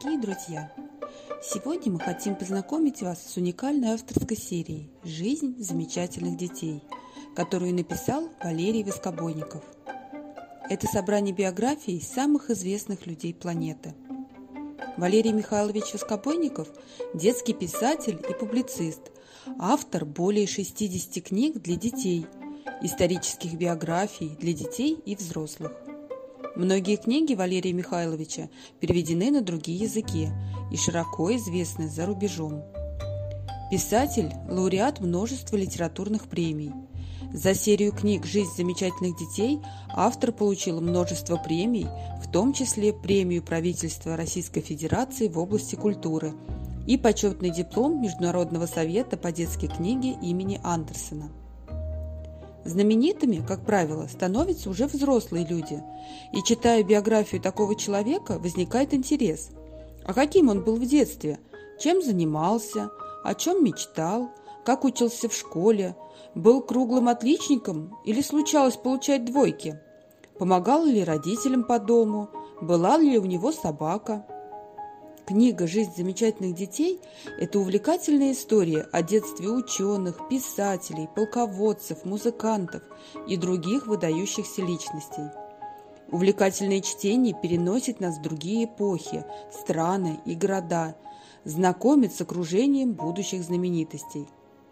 дорогие друзья! Сегодня мы хотим познакомить вас с уникальной авторской серией «Жизнь замечательных детей», которую написал Валерий Воскобойников. Это собрание биографий самых известных людей планеты. Валерий Михайлович Воскобойников – детский писатель и публицист, автор более 60 книг для детей, исторических биографий для детей и взрослых. Многие книги Валерия Михайловича переведены на другие языки и широко известны за рубежом. Писатель – лауреат множества литературных премий. За серию книг «Жизнь замечательных детей» автор получил множество премий, в том числе премию правительства Российской Федерации в области культуры и почетный диплом Международного совета по детской книге имени Андерсена. Знаменитыми, как правило, становятся уже взрослые люди, и, читая биографию такого человека, возникает интерес. А каким он был в детстве? Чем занимался? О чем мечтал? Как учился в школе? Был круглым отличником или случалось получать двойки? Помогал ли родителям по дому? Была ли у него собака? Книга «Жизнь замечательных детей» – это увлекательная история о детстве ученых, писателей, полководцев, музыкантов и других выдающихся личностей. Увлекательное чтение переносит нас в другие эпохи, страны и города, знакомит с окружением будущих знаменитостей.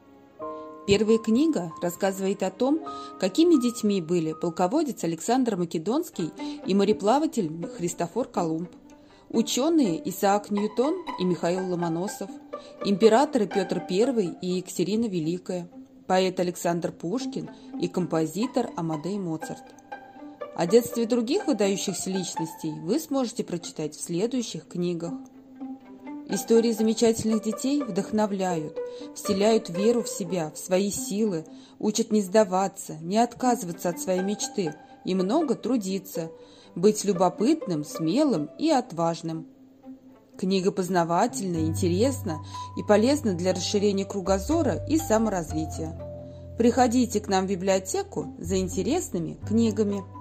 Первая книга рассказывает о том, какими детьми были полководец Александр Македонский и мореплаватель Христофор Колумб, ученые Исаак Ньютон и Михаил Ломоносов, императоры Петр I и Екатерина Великая, поэт Александр Пушкин и композитор Амадей Моцарт. О детстве других выдающихся личностей вы сможете прочитать в следующих книгах. Истории замечательных детей вдохновляют, вселяют веру в себя, в свои силы, учат не сдаваться, не отказываться от своей мечты и много трудиться, быть любопытным, смелым и отважным. Книга познавательна, интересна и полезна для расширения кругозора и саморазвития. Приходите к нам в библиотеку за интересными книгами.